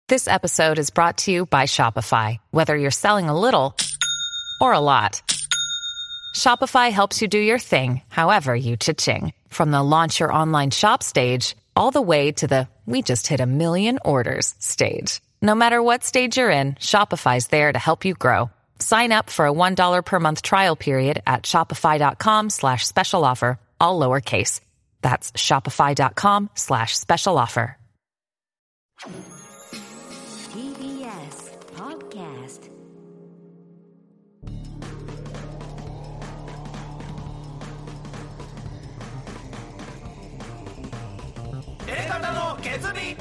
This episode is brought to you by Shopify. Whether you're selling a little or a lot, Shopify helps you do your thing, however you cha-ching. From the launch your online shop stage, all the way to the we just hit 1 million orders stage. No matter what stage you're in, Shopify's there to help you grow. Sign up for a $1 per month trial period at shopify.com/special offer, all lowercase. That's shopify.com/special offer. TBS Podcast。 方の決意。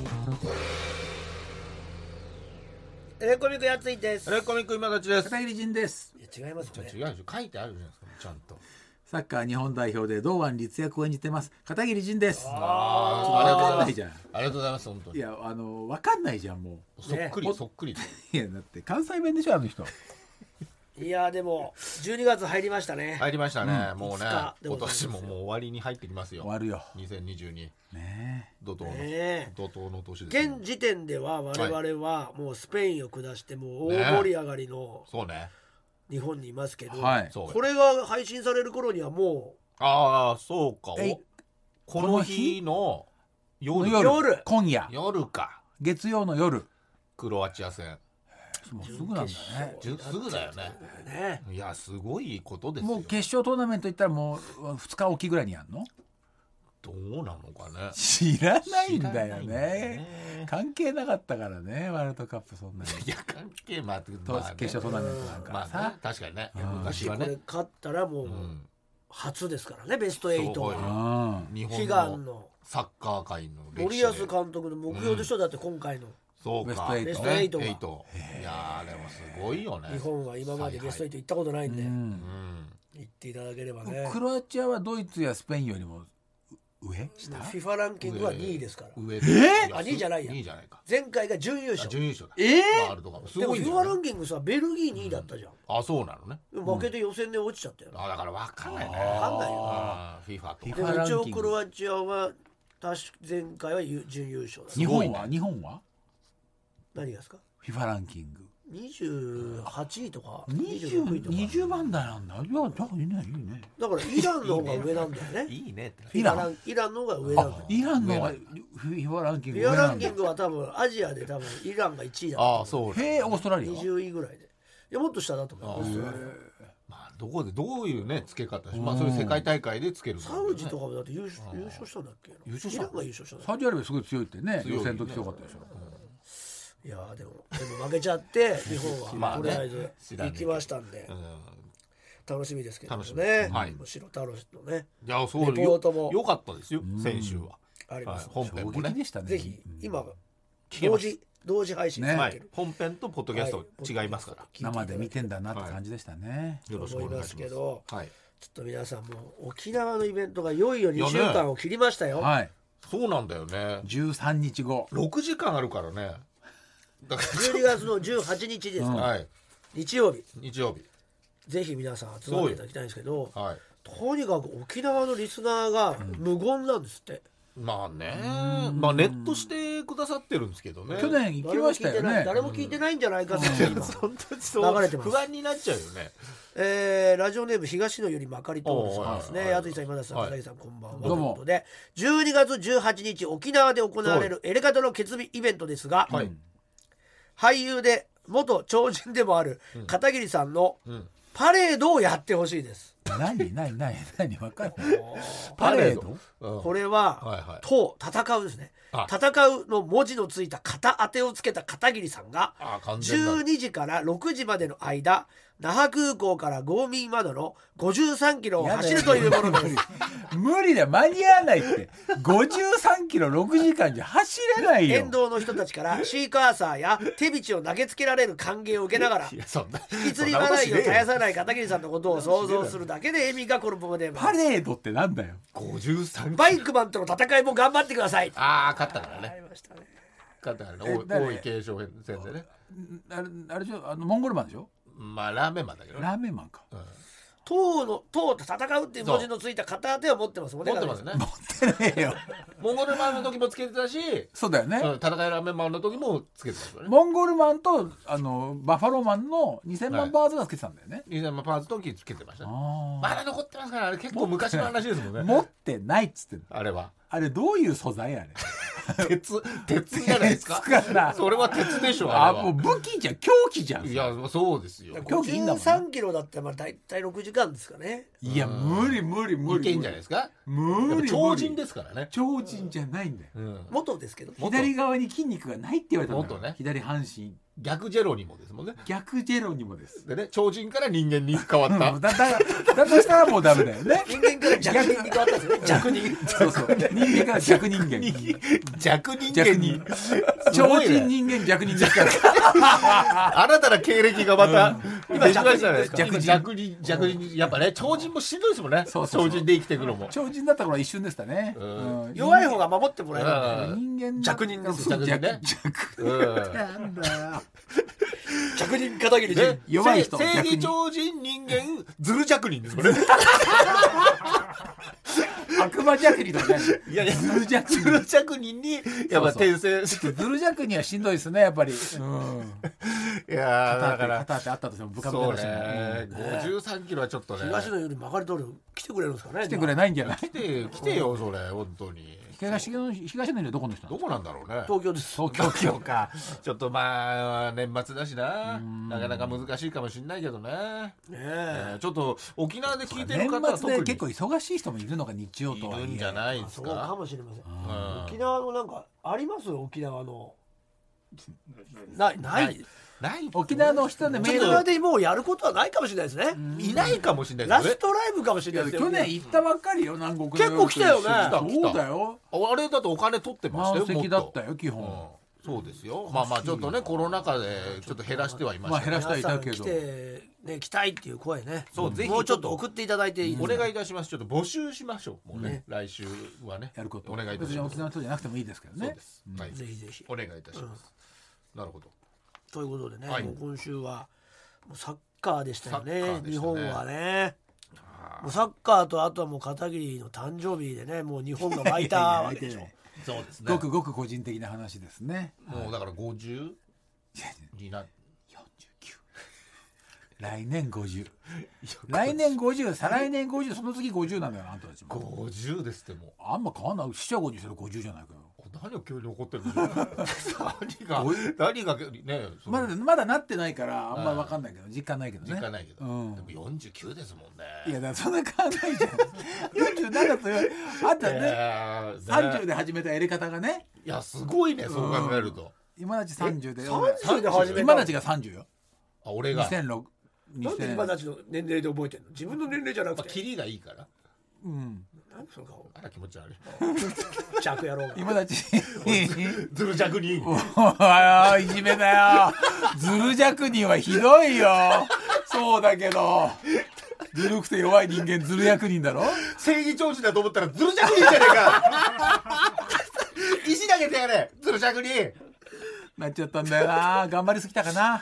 エレコミックやついです。 エレコミック今立ちです。 片桐仁です。 いや違いますよね。 違うでしょ、書いてあるじゃないですか、ちゃんと。 サッカー日本代表で堂安律役を演じてます片桐仁です。 あ分かんないじゃん。 ありがとうございます。本当に。 いや分かんないじゃんもそっくり、 ねそっくり。 う。いやだって関西弁でしょあの人。 いやでも12月入りましたね。 入りましたね。もうね、 5日でご今ざいますよ年ももう終わりに入ってきますよ。 終わるよ。 2022 ね怒涛の、 ね怒涛の年ですね。 現時点では我々はもうスペインを下してもう大盛り上がりのそうね。 日本にいますけど、 はい。 そう。 これが配信される頃にはもああ、そうか。 えいこの日の夜夜今夜夜か。 月曜の夜。 クロアチア戦。 もうすぐなんだね。 すぐだよね。 うね、 いや、すごいことですよ。 もう決勝トーナメント行ったらもう2日おきぐらいにやんの？ どうなのかね。 知らないんだよ知らないんだよねね。 関係なかったからねワールドカップそんなに。 いや、関係まあ、 決勝トーナメントなんかさまあね、確かにね。 うん昔はこれね。 勝ったらもう初ですからね、ベスト8 そうよがうん。 日悲本願ののサッカー界の歴森史で。 保監督の目標でしょ、だって今回のそうか。 ベスト 8 ね8いやー、でもすごいよね。 日本は今までベスト8行ったことないんで、 うんうん。 行っていただければね。 クロアチアはドイツやスペインよりも上下？ FIFA ランキングは2位ですから。 上あ2位じゃないや 2位じゃないか。 前回が準優勝。 準優勝だ。ワールドカップ。すでもごいんだ FIFA よね。 ランキングさ、ベルギー2位だったじゃん。 あ、そうなのね。 でも負けて予選で落ちちゃったよ。 あ、だから分かんないね。 分かんないよあー FIFA と FIFA でも一応ランキングクロアチアは前回は準優勝だ。 日本は何がですか？ FIFA ランキング 28位とか26位とか。 20番台なんだ。いやいいねいいね。 だからイランの方が上なんだよね。 いいねって。 イランイランの方が上なんだよ。 イランの方が FIFA ランキング FIFA 上なんだランキン。グは多分アジアで多分イランが1位だった。 ああ、そうだ。 へえオーストラリア 20位ぐらいで。いやもっと下だと思う。オーストラリまあ、どこでどういうね付け方し、まあそういう世界大会で付けるんだア。 ろうね。 サウジとかもだって優勝したんだっけ？ 優勝したイランが優勝したんだっサウジアラビアすごい強いってね。 強いね予選の時強かったでしょ。 け？いやでも負けちゃって日本まあねはとりあえず知らねえ行きましたんでうん。 楽しみですけども楽しね。 みはいむしろ太郎のねいや、そうレポートもよかったですよ。先週は。 あります。 本編もね衝撃で。したね。 ぜひ今聞けます同時配信さはいれてる。 本編とポッドキャスト違いますから。 生で見てんだなって感じでしたね。 よろしくお願いします。 思いますけどはい。 ちょっと皆さんもう沖縄のイベントがいよいよ2週間を切りましたよ。 はい。 そうなんだよね。 13日後。 6時間あるからね。だか 12月の18日ですから、 らはい。 日曜日日曜日。 ぜひ皆さん集まっていただきたいんですけど、 はい。 とにかく沖縄のリスナーが無言なんですって。 まあね。まあネットしてくださってるんですけどね。 去年行きましたよね。 誰も聞いてないんじゃないかって今本当にそう流れてます不安になっちゃうよね。 ラジオネーム東野よりまかりとるさんですね。 はい淳さん今田さんはい片桐さんこんばんは。 どうもということで12月18日沖縄で行われるエレカタの決意イベントですが、 はい。 俳優で元超人でもある片桐さんのんパレードをやってほしいです。 何分かんない。パレード？ うんこれは、 はいはいと戦うですね。 あ戦うの文字のついた片当てをつけた片桐さんがあ、完全な 12時から6時までの間那覇空港からゴーミーまでの53キロを走るというものです。 無理だよ間に合わないって53キロ6時間じゃ走れないよ。 沿道の人たちからシーカーサーや手びちを投げつけられる歓迎を受けながらいや、そんな引きずり笑いを絶やさない片桐さんのことを想像するだけで笑みがこのでパレードってなんだよ。 53 バイクマンとの戦いも頑張ってください。 ああ、勝ったからあね。 りましたね。 勝ったからね。 誰大井継承戦でね。 あれでしょモンゴルマンでしょ。 まあラーメンマンだけどね。 ラーメンマンか。 党と戦うっていう文字のついた片手を持ってますもんね。 持ってますね。 持ってねえよ。 モンゴルマンの時もつけてたし、 そうだよね。 戦いラーメンマンの時もつけてたんですよね。 モンゴルマンとバッファローマンの2000万パーツがつけてたんだよね。 2000万パーツの時つけてましたね。 あまだ残ってますから、あれ結構昔の話ですもんね。 持ってないっつってんの。 あれは。 あれどういう素材あれ。 鉄じゃないですか。 鉄かな。 それは鉄でしょ、あれは。 もう武器じゃん、凶器じゃん。 いや、そうですよ。 狂気いいんだもんね 53キロだったらまあ大体6時間ですかね。 いや、無理無理無理。 いけんじゃないですか。 無理。 超人ですからね。 超人じゃないんだよ。 元ですけど。 左側に筋肉がないって言われたんだよ。 元ね左半身。 逆ジェロニモですもんね。 逆ジェロニモです。 でね、超人から人間に変わった。 だとしたらもうダメだよね。 人間から弱人に変わったんですよね。弱人。 そうそう。人間から弱人間。 弱人間に。 超人人間弱人ですから。 新たな経歴がまた、 今弱人ですか。 弱人。やっぱね、超人もしんどいですもんね。超人で生きていくのも。 超人だったから一瞬でしたね。 弱い方が守ってもらえるん人間弱人です。 弱人ね。 なんだよ。 弱人片桐仁。 弱い人。 正義超人人間ズル弱人ですこれ。 悪魔弱人だね。 いやいや、 ズル弱人。 ズル弱人にやっぱ転生。 ズル弱人はしんどいですね、やっぱり。 いやだから肩ってあったとしてもブカブカだしね。 53キロはちょっとね。 東のより曲がり通り来てくれるんですかね。 来てくれないんじゃない？ 来てよそれ本当に。 東のよりどこの人？ どこなんだろうね。 東京です。 東京か。ちょっとまあ年末だしな。なかなか難しいかもしれないけどね。ちょっと沖縄で聞いてる方は特に結構忙しい人もいるのが日曜とはいるんじゃないですか。 そうかもしれません。沖縄のなんかあります？沖縄のない沖縄の人でメール沖縄でもうやることはないかもしれないですね。 いないかもしれないラですね。 ストライブかもしれないですよ。 去年行ったばっかりよ、南国の。 結構来たよね。 そうだよ。 あれだとお金取ってましたよ。 満席だったよ基本。 そうですよ。まあちょっとねコロナ禍でちょっと減らしてはいました。 減らしてはいたけど。 来てね来たいっていう声ね。 そうぜひもうちょっと送っていただいていいですか。 お願いいたします。ちょっと募集しましょう。もうね来週はねやることお願いいたします。 沖縄の人じゃなくてもいいですけどね。 そうです。はい。 ぜひぜひお願いいたします。なるほど。 ということでね、 はいもう今週はもうサッカーでしたよね。 サッカーでしたね日本はね。もうサッカーとあとはもう片桐の誕生日でね、もう日本が沸いたわけでしょ。 そうですね。 ごくごく個人的な話ですね。 もうだから50にな。 来年50。来年50、再来年50、その次50なんだよあんたたちも。 50ですってもう。 あんま変わんない。四捨五入する50じゃないかよ。 何を急に怒ってるんですか。何がね。 まだなってないからあんま分かんないけど、実感ないけどね。 実感ないけど。でも49ですもんね。 いやだからそんな変わんないじゃん。47とあんたね、30で始めたやり方がね。 いやすごいね、そう考えると。 今立ち30で。 30で始めた。 今立ちが30よ。 あ、俺が。 なんで今たちの年齢で覚えてんの？自分の年齢じゃなくて。 キリがいいから。 何その顔。 あら気持ち悪い。 弱野郎が。 今立ち。 ずる弱人。 いじめだよ。ずる弱人はひどいよ。そうだけど。ずるくて弱い人間ずる弱人だろ。 正義超人だと思ったらずる弱人じゃねえか。石投げてやれ。ずる弱人。 なっちゃったんだよな。頑張りすぎたかな。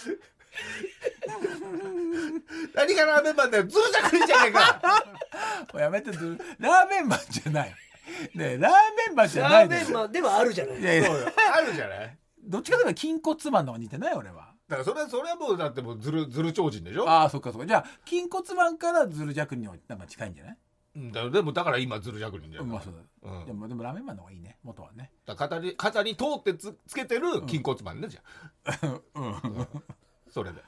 何がラーメンマンだよ。ずる弱人じゃねえか。 もうやめて。ラーメンマンじゃない。ねえラーメンマンじゃない。 ラーメンマンではあるじゃない。 あるじゃない。 どっちかというと筋骨マンの方が似てない俺は。 だからそれはもうだってもうずる超人でしょ。 ああそっかそっか。じゃあ筋骨マンからずる弱人にはなんか近いんじゃない？ だから今ずる弱人だよ。 まあそうだ。でもラーメンマンの方がいいね元はね。 肩に通ってつけてる筋骨マンねじゃあ。それで。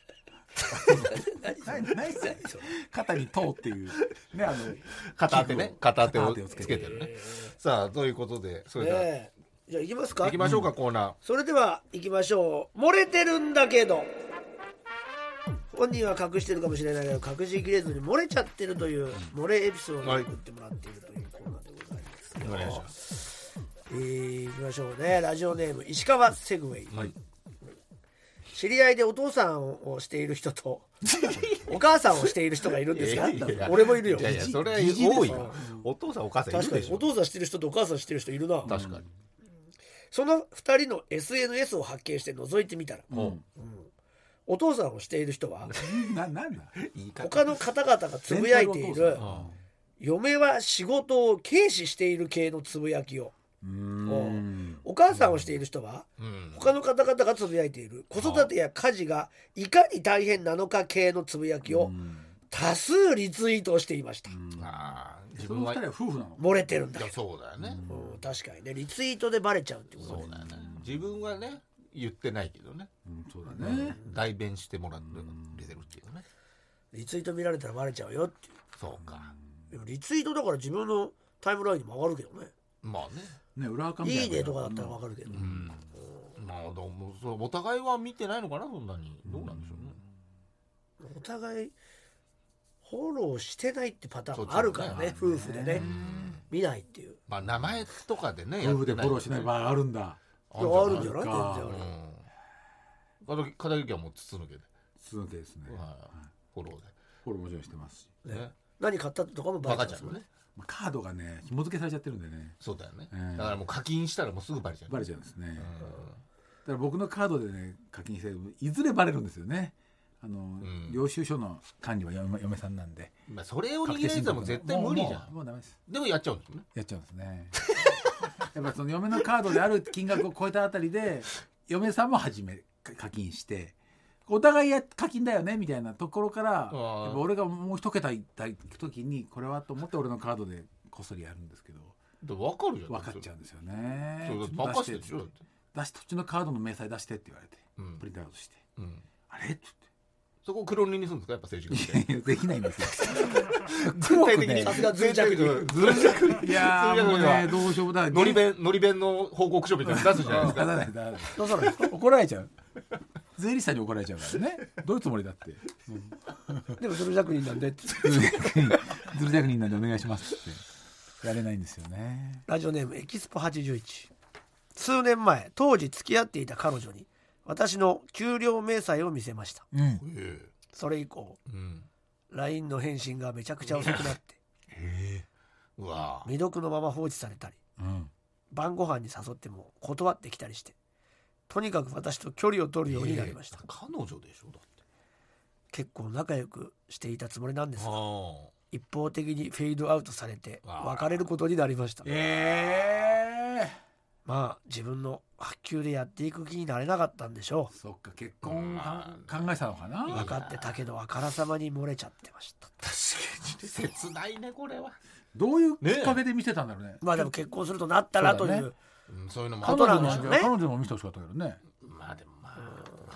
何肩に通っていうね片手をつけてるね。さあということでそれではじゃあ行きますか。 行きましょうかコーナー。 それでは行きましょう。漏れてるんだけど本人は隠してるかもしれないけど隠しきれずに漏れちゃってるという漏れエピソードを送ってもらっているというコーナーでございますけど、 お願いします。 行きましょうね。ラジオネーム石川セグウェイ、知り合いでお父さんをしている人とお母さんをしている人がいるんですが俺もいるよ。 いやそれは多いよ。お父さんお母さんいるでしょ。 確かにお父さんしてる人とお母さんしてる人いるな。 確かに。 その2人の SNS を発見して覗いてみたら、 お父さんをしている人はなんだ他の方々がつぶやいている嫁は仕事を軽視している系のつぶやきを、お母さんをしている人は他の方々がつぶやいている子育てや家事がいかに大変なのか系のつぶやきを多数リツイートをしていました。 自分は夫婦なの漏れてるんだけど。 そうだよね、 確かにね、リツイートでバレちゃうってことそうだよね。自分はね言ってないけどね、 そうだね、 代弁してもらってるっていうね。 リツイート見られたらバレちゃうよっていう。 そうか。 でもリツイートだから自分のタイムラインにも上がるけどね。 まあね、 裏アカみたいな。 いいねとかだったら分かるけど、 まあでもそうお互いは見てないのかな、そんなに。どうなんでしょうね。 お互いフォローしてないってパターンもあるからね、夫婦でね、見ないっていう。 まあ名前とかでね、 夫婦でフォローしない場合あるんだ。 あるんじゃない？全然ある。 片桐はもう筒抜けで。 筒抜けですね。 フォローで。 フォローもちろんしてますし。 何買ったとかもバレちゃうね。 カードがね紐付けされちゃってるんでね。 そうだよね。だからもう課金したらもうすぐバレちゃう。 バレちゃうんですね。だから僕のカードでね課金していずれバレるんですよね。領収書の管理は嫁さんなんで。 まあそれを握られたらもう絶対無理じゃん。 もうダメです。 でもやっちゃうんですね。 やっちゃうんですね。やっぱその嫁のカードである金額を超えたあたりで嫁さんも初め課金してお互い課金だよねみたいなところからやっぱ俺がもう一桁いく時にこれはと思って俺のカードでこっそりやるんですけど分かるじゃん。 分かっちゃうんですよね。 任せてでしょ。 出して、そっちのカードの明細出してって言われて、プリントアウトして、あれって言ってそこを黒塗りにするんですか、やっぱ政治家って。 できないんですよ。 絶対的にさすがズル弱いやーもうねどうしようもない。 のり弁の報告書みたいなの出すじゃないですか。 どうさない怒られちゃう。税理士さんに怒られちゃうからね。どういうつもりだって。 でもズル弱人なんでってズル弱人なんでお願いしますってやれないんですよね。 ラジオネームエキスポ81。数年前当時付き合っていた彼女に私の給料明細を見せました。それ以降、LINE の返信がめちゃくちゃ遅くなって未読のまま放置されたり、晩ご飯に誘っても断ってきたりして、とにかく私と距離を取るようになりました。 彼女でしょ。だって結構仲良くしていたつもりなんですが、一方的にフェードアウトされて別れることになりました。まあ自分の発給でやっていく気になれなかったんでしょう。 そっか、結婚考えてたのかな。 分かってたけどあからさまに漏れちゃってました。 確かに切ないねこれは。 どういうきっかけで見せたんだろうね。 まあでも結婚するとなったらという、 そういうのも彼女なんでしょうね。 彼女も見せてほしかったけどね。 まあでもまあ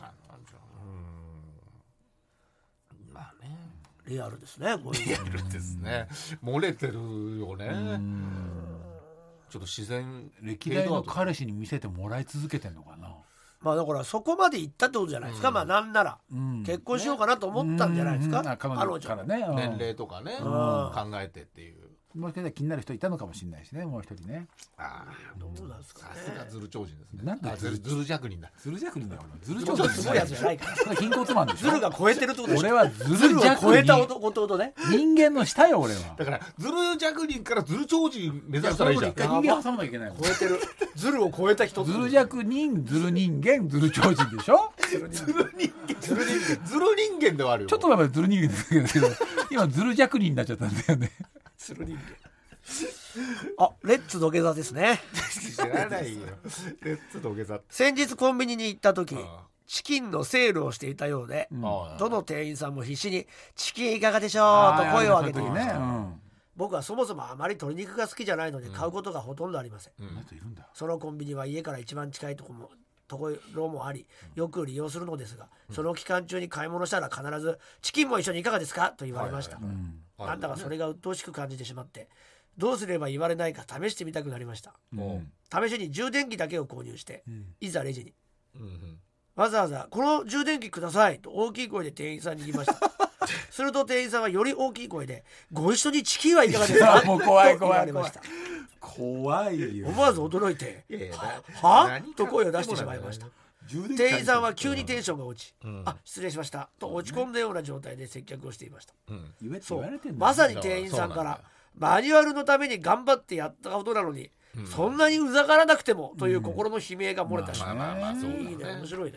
まあね、 リアルですね。こういうリアルですね。漏れてるよね。ちょっと自然歴代の彼氏に見せてもらい続けてんのかな。 まあだからそこまで行ったってことじゃないですか。まあなんなら結婚しようかなと思ったんじゃないですか。 彼女からね、 年齢とかね考えてっていう。 もう一人気になる人いたのかもしれないしね。もう一人ね。 どうなんですかね。 さすがズル超人ですね。 なんだズル弱人だ。 ズル弱人だよ。ズル超人すごいやつじゃないから。 貧骨マンでしょ。 ズルが超えてるってことでしょ。 俺はズル弱人。 超えた男ってことね。 人間の下よ俺は。 だからズル弱人からズル超人目指したらいいじゃん。 一回人間挟まなきゃいけない。 超えてる。ズルを超えた人。 ズル弱人、ズル人間、ズル超人でしょ。 ズル人間ではあるよ。 ちょっと前ズル人間ですけど、今ズル弱人になっちゃったんだよね。 ズル人間。あ、レッツ土下座ですね。 知らないよ。レッツ土下座。 先日コンビニに行った時、チキンのセールをしていたようで、どの店員さんも必死にチキンいかがでしょうと声を上げていました。僕はそもそもあまり鶏肉が好きじゃないので買うことがほとんどありません。そのコンビニは家から一番近いところもあり、よく利用するのですが、その期間中に買い物したら必ずチキンも一緒にいかがですかと言われました。なんだかそれが鬱陶しく感じてしまって、どうすれば言われないか試してみたくなりました。試しに充電器だけを購入して、いざレジに、わざわざこの充電器くださいと大きい声で店員さんに言いました。すると店員さんはより大きい声で、ご一緒にチキンはいかがですかもう怖いと言われました。 怖いよ。 思わず驚いて、はと声を出してしまいました。店員さんは急にテンションが落ち、あ、失礼しましたと落ち込んだような状態で接客をしていました。まさに店員さんからマニュアルのために頑張ってやったことなのに、そんなにうざがらなくてもという心の悲鳴が漏れたし、いいね、面白いね。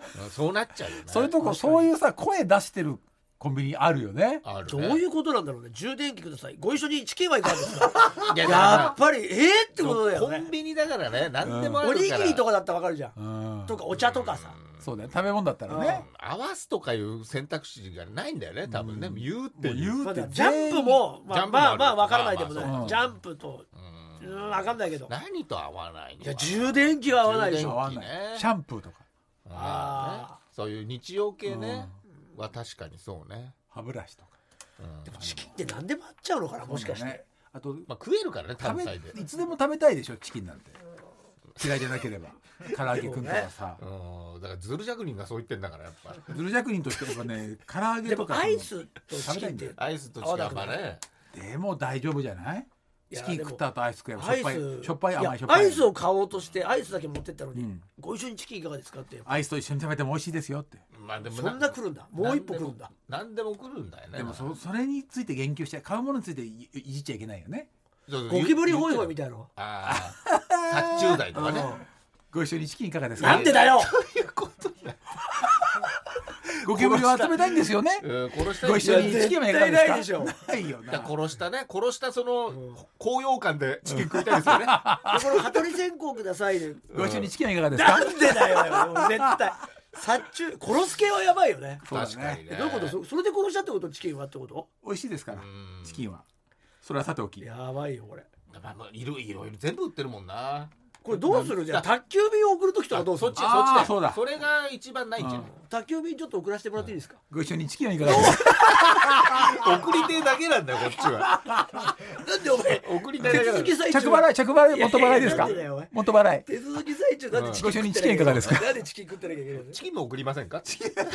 そうなっちゃうよね。 そういうとこ、そういうさ声出してるコンビニあるよね。 あるね。 どういうことなんだろうね。充電器ください、ご一緒にチキンはいかがですかいややっぱりってことだよね。 コンビニだからね、何でもあおにるから。 ぎりとかだったらわかるじゃん、 うんとかお茶とかさ、 そうだよ、食べ物だったらね。 合わすとかいう選択肢がないんだよね、多分ね。言うっていう。 言うってまだジャンプもジャンプもあるわからないでもね、 まあまあそうジャンプとわかんないけど、 何と合わないの？ いや充電器は合わないでしょ。 合わないねシャンプーとかあそういう日常系ねは確かにそうね。 歯ブラシとかでもチキンって何でも合っちゃうのかな、もしかして、 ね。あとまあ食えるからね、単食体で。 べいつでも食べたいでしょチキンなんて。嫌いじゃなければ唐揚げくんとかさ、 だからズル弱人がそう言ってんだから、やっぱズル弱人としてやっぱね唐揚げでとかもアイスとチキンってアイスと違うばね。 でも大丈夫じゃない？ いやチキン食った後アイス食えばしょアイっぱいスしょっぱいいや甘いしょっぱいアイスを買おうとしてアイスだけ持ってったのに、 うんご一緒にチキンいかがですかって、 アイスと一緒に食べても美味しいですよって。 まあでもそんな来るんだ、もう一歩来るんだ。 何でも来るんだよね。 でもそれについて言及して買うものについていじっちゃいけないよね。 ゴキブリホイホイみたいなの、 ああ殺虫剤とかね。 ご一緒にチキンいかがですか？ なんでだよゴキブリを集めたいんですよね。 殺したご一緒にチキンはいかがですか？ 絶対ないでしょないよな。 殺したその高揚感でチキン食いたいですよね。 この蚊取り線香くださいで、 ご一緒にチキンはいかがですか？ なんでだよ絶対殺虫殺す系はやばいよね。 そうだ確かにね。 どういうこと？それで殺したってこと？チキンはってこと？ 美味しいですからチキンは。それはさておき。 やばいよこれ。 まあいろいろ全部売ってるもんな。 これどうする？じゃあ宅急便を送るときとかどうする？ そっちだ。 そうだそれが一番ないんじゃない？ 宅急便ちょっと送らせてもらっていいですか？ ご一緒にチキンはいかがですか？ 送り手だけなんだよこっちは。 なんでお前送り手だけなんだよ。 手続き最中着払い元払いですかなんでだよお前？ 元払い。 手続き最中なんでチキンご一緒にチキンいかがですか？ なんでチキン食ってなきゃいけないの？ チキンも送りませんか？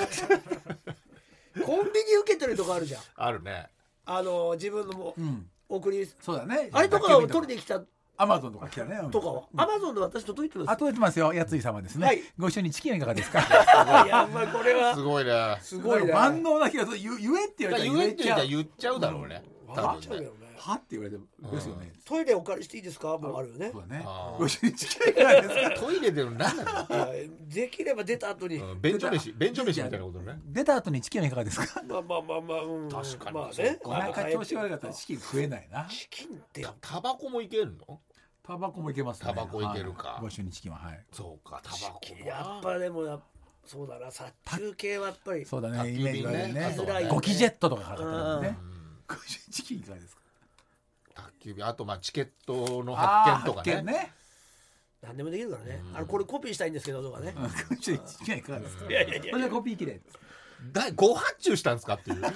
コンビニ受けてるとこあるじゃん。 あるね。 自分のもうん送りそうだね。 あれとかを取りに来たアマゾンとか来たね。 とかはアマゾンで私届いてます。 あ、届いてますよ。やつい様ですね。 はいご一緒にチキンはいかがですか？ いやまあこれはすごいね。 すごいね。 万能な気がする。言えって言われたら言えって言ったらう。 言っちゃうだろうね。多わかっ分ね。 ちゃうよね。 はって言われてもですよね。 トイレお借りしていいですか？もうあるよね。 そうだねあ。ーご一緒にチキンいかがですか？ トイレでの何なの？ いやできれば出た後に便所飯みたいなことね。 出た後にチキンはいかがですか？ まあうん確かにまあね。 お腹調子悪かったらチキン食えないな。 チキンってやっタバコもいけるの？ タバコもいけますね。 タバコいけるかはいご一緒にチキンははい。 そうか、タバコもやっな。 ぱでもそうだな殺虫系はやっぱりそうだね。 宅急イメージは便ねね居づらいよね。 ゴキジェットとかかかってるんでねうん。 ご一緒にチキンいかがですか？ 宅急便、あとまあチケットのあー発見とかね。 発見ね。 何でもできるからね。これコピーしたいんですけどとかね。 ご一緒にチキンはいかがですか？ いやいやいやこれでコピーきれい。 ご発注したんですかっていう。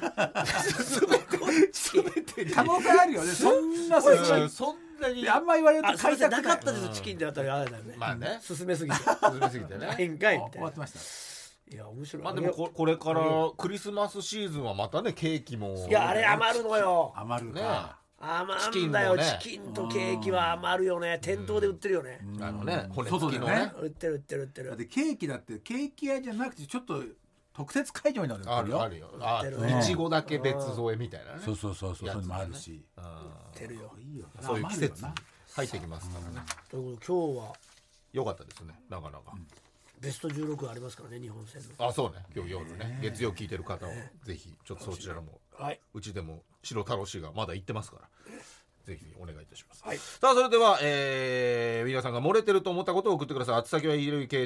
可能性あるよね。そんな数字そんなに。 あんま言われるとあすいませんな買いたくない。 かったですチキンってなったらあれだよね。 まあね。 進めすぎて。 進めすぎてね。 変かいみたいな終わって。ました。 いや面白い。 まあでもこれからクリスマスシーズンはまたね、ケーキも。 いやあれ余るのよ。 余るね。 か。 余るんだよ。 チキンもねチキンとケーキは余るよね。店頭で売ってるよね。 骨付きのね。 売ってる。 だってケーキだってケーキ屋じゃなくてちょっと特設会場になるあるよ。あ、いちごだけ別添えみたいなね。 そうそういうのもあるし。 売ってるよ。 いいよな。 そういう季節に余るよ入ってきますからね。 ということで今日はよかったですね、なかなか。 ベスト16ありますからね日本戦の。 あ、そうね。今日夜ね、月曜聞いてる方はぜひちょっとそちらも、 はい。 うちでも白太郎氏がまだ行ってますから。ぜひお願いいたします。 はい。 さあそれでは、皆さんが漏れてると思ったことを送ってください。宛先は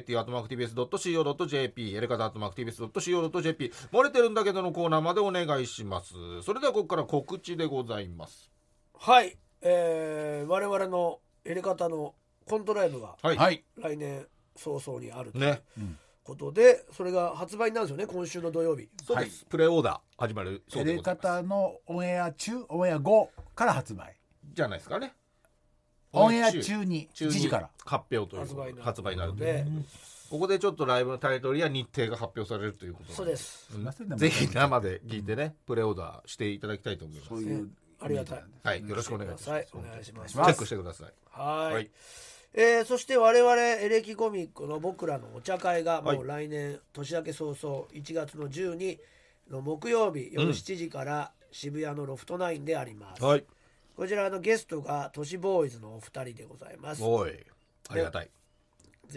elkt@tbs.co.jp エレカタ@tbs.co.jp 漏れてるんだけどのコーナーまでお願いします。それではここから告知でございます。 はい。我々のエレカタのコントライブがはい、 はい。 来年早々にあるというね、 ことで、それが発売になるんですよね今週の土曜日。 そうです、プレオーダー始まるそエレうでございますカタのオンエア中、オンエア後から発売。 じゃないですかね。 オンエア中に1時から発表ということで発売になるというで、 ここでちょっとライブのタイトルや日程が発表されるということそうですす。 ぜひ生で聞いてね、プレオーダーしていただきたいと思います。 そういうありがたい。 はい、よろしくお願いします。 はいお願いします。 チェックしてください。 はい。 はいそして我々エレキコミックの僕らのお茶会がもはいう来年年明け早々1月の12の木曜日夜7時から渋谷のロフト9であります。 はい。 こちらのゲストが都市ボーイズのお二人でございます。 おい、ありがたい。 ぜひ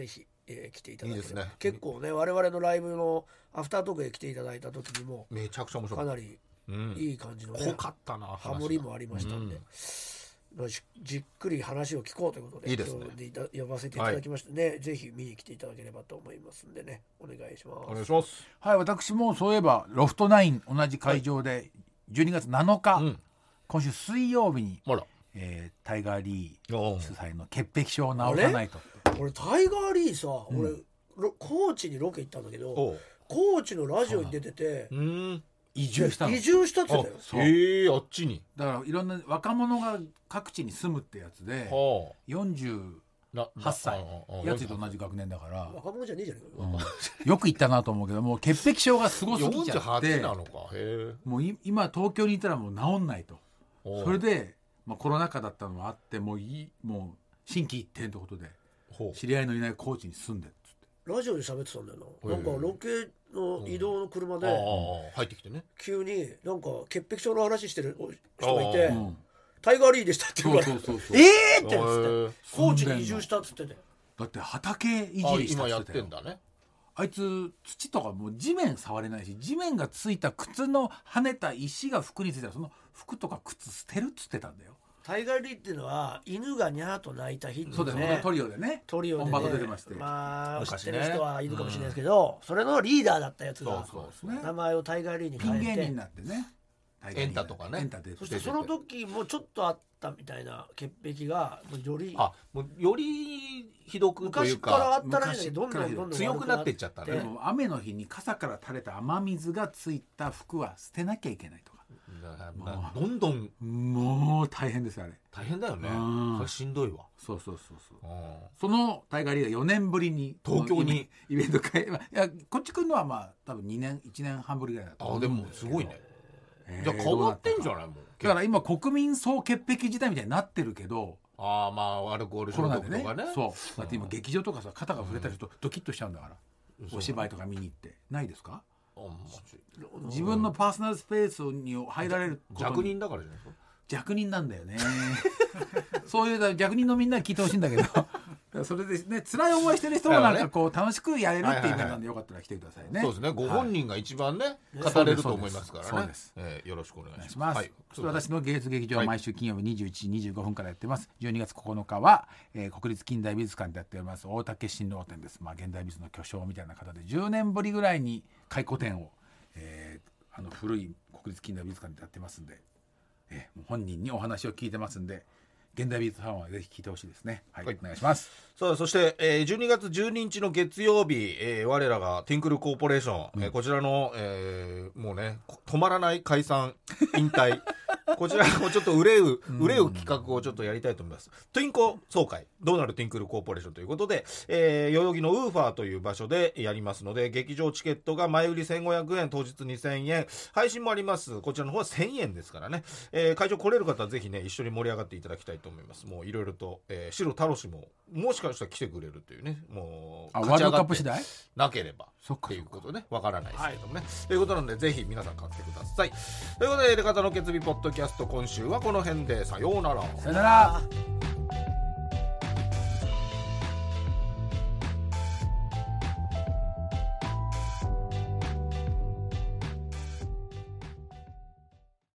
来ていただいて、 いいですね。 結構ね我々のライブのアフタートークで来ていただいた時にもめちゃくちゃ面白かった。 かなりいい感じのね、 濃かったな、 ハモリもありましたんで、じっくり話を聞こうということで、 いいですね、 今日呼ばせていただきましたね、ぜひ見に来ていただければと思いますんでね、お願いします。 お願いします。 はい、私もそういえばロフト9同じ会場で12月7日、今週水曜日に、タイガー・リー主催の潔癖症を治さないと。 俺タイガー・リーさ、俺高知にロケ行ったんだけど、高知のラジオに出てて移住したって言ってたよ。 あっちにだからいろんな若者が各地に住むってやつで、48歳やつと同じ学年だから若者じゃねえじゃねえか、 よく言ったなと思うけど、もう潔癖症がすごすぎちゃって 48なのか。 もう今東京にいたらもう治んないと。それで、コロナ禍だったのもあって、もう心機一転ということで知り合いのいない高知に住んでっつってラジオで喋ってたんだよな。なんかロケの移動の車で入ってきてね、 急になんか潔癖症の話してる人がいて、タイガー・リーでしたって言うから、って高知に移住したっつってて、 だって畑いじりしたっつってたよ。 今やってんだね。 あいつ土とかもう地面触れないし、地面がついた靴の跳ねた石が服についたらその服とか靴捨てるっつってたんだよ。 タイガー・リーっていうのは犬がニャーと鳴いた日っていうね、 そうだね、トリオでね、本場が出てまして、 知ってる人はいるかもしれないですけど、それのリーダーだったやつが名前をタイガー・リーに変えてピン芸人になってね、 エンタとかね。 そしてその時もちょっとあったみたいな潔癖がよりひどくというか、 昔からあったらしいけど、どんどん強くなっていっちゃったね。 雨の日に傘から垂れた雨水がついた服は捨てなきゃいけないとか、 どんどんもう大変ですよ、あれ大変だよね。それしんどいわ。 そうそのタイガー・リーが4年ぶりに東京にイベント会、いやこっち来るのは多分1年半ぶりぐらいだと。 でもすごいね。じゃあ変わってんじゃないもん。 だから今国民総潔癖時代みたいになってるけど、 アルコール消毒とかね。 そうだって今劇場とかさ、肩が触れたりするとドキッとしちゃうんだから、お芝居とか見に行ってないですか？自分のパーソナルスペースに入られることに弱人だからじゃないですか。 弱人なんだよねそういう弱人のみんなに聞いてほしいんだけどそれでね、辛い思いしてる人もなんかこう楽しくやれるっていうイベントなんで、よかったら来てくださいね。 そうですね、ご本人が一番ね語れると思いますからね。 そうです。 よろしくお願いします。 私の芸術劇場は毎週金曜日21時25分からやってます。12月9日は、国立近代美術館でやっております大竹新郎展です。現代美術の巨匠みたいな方で10年ぶりぐらいに回顧展を、古い国立近代美術館でやってますんで、本人にお話を聞いてますんで、現代美術ファンはぜひ聞いてほしいですね。はい、お願いします。 そして、12月12日の月曜日、我らがティンクルコーポレーション、こちらの、もうね止まらない解散引退こちらもちょっと憂う企画をちょっとやりたいと思います。トゥインコ総会どうなるティンクルコーポレーションということで、代々木のウーファーという場所でやりますので、劇場チケットが前売り1500円、当日2000円、配信もあります。こちらの方は1000円ですからね、会場来れる方はぜひね一緒に盛り上がっていただきたいと思います。もういろいろと、白太郎氏ももしかしたら来てくれるというね、もうワールドカップ次第なければっていうことね、わからないですけどもね、ということなのでぜひ皆さん買ってください。ということで、エレカタの決意ポッドキャスト、今週はこの辺でさようなら。 さよなら。